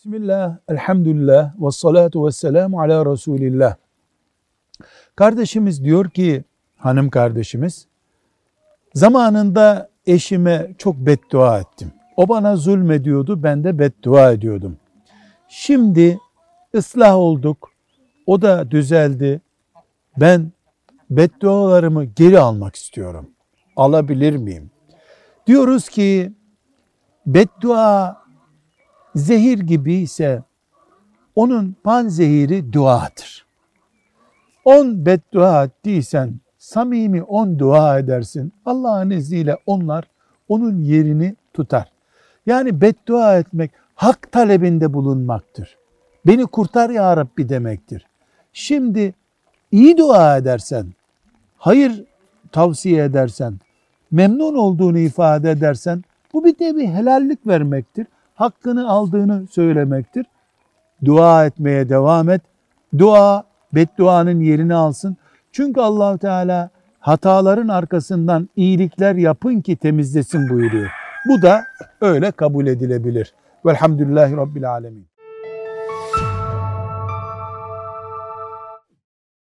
Bismillah, elhamdülillah, ve salatu ve selamu ala Resulillah. Kardeşimiz diyor ki, hanım kardeşimiz, zamanında eşime çok beddua ettim. O bana zulmediyordu, ben de beddua ediyordum. Şimdi ıslah olduk, o da düzeldi. Ben beddualarımı geri almak istiyorum. Alabilir miyim? Diyoruz ki, beddua zehir gibi ise onun panzehiri duadır. 10 beddua ettiysen samimi 10 dua edersin. Allah'ın izniyle onlar onun yerini tutar. Yani beddua etmek hak talebinde bulunmaktır. Beni kurtar ya Rabbi demektir. Şimdi iyi dua edersen, hayır tavsiye edersen, memnun olduğunu ifade edersen bu bir nevi helallik vermektir. Hakkını aldığını söylemektir. Dua etmeye devam et. Dua bedduanın yerini alsın. Çünkü Allah Teala hataların arkasından iyilikler yapın ki temizlesin buyuruyor. Bu da öyle kabul edilebilir. Velhamdülillahi Rabbil Alemin.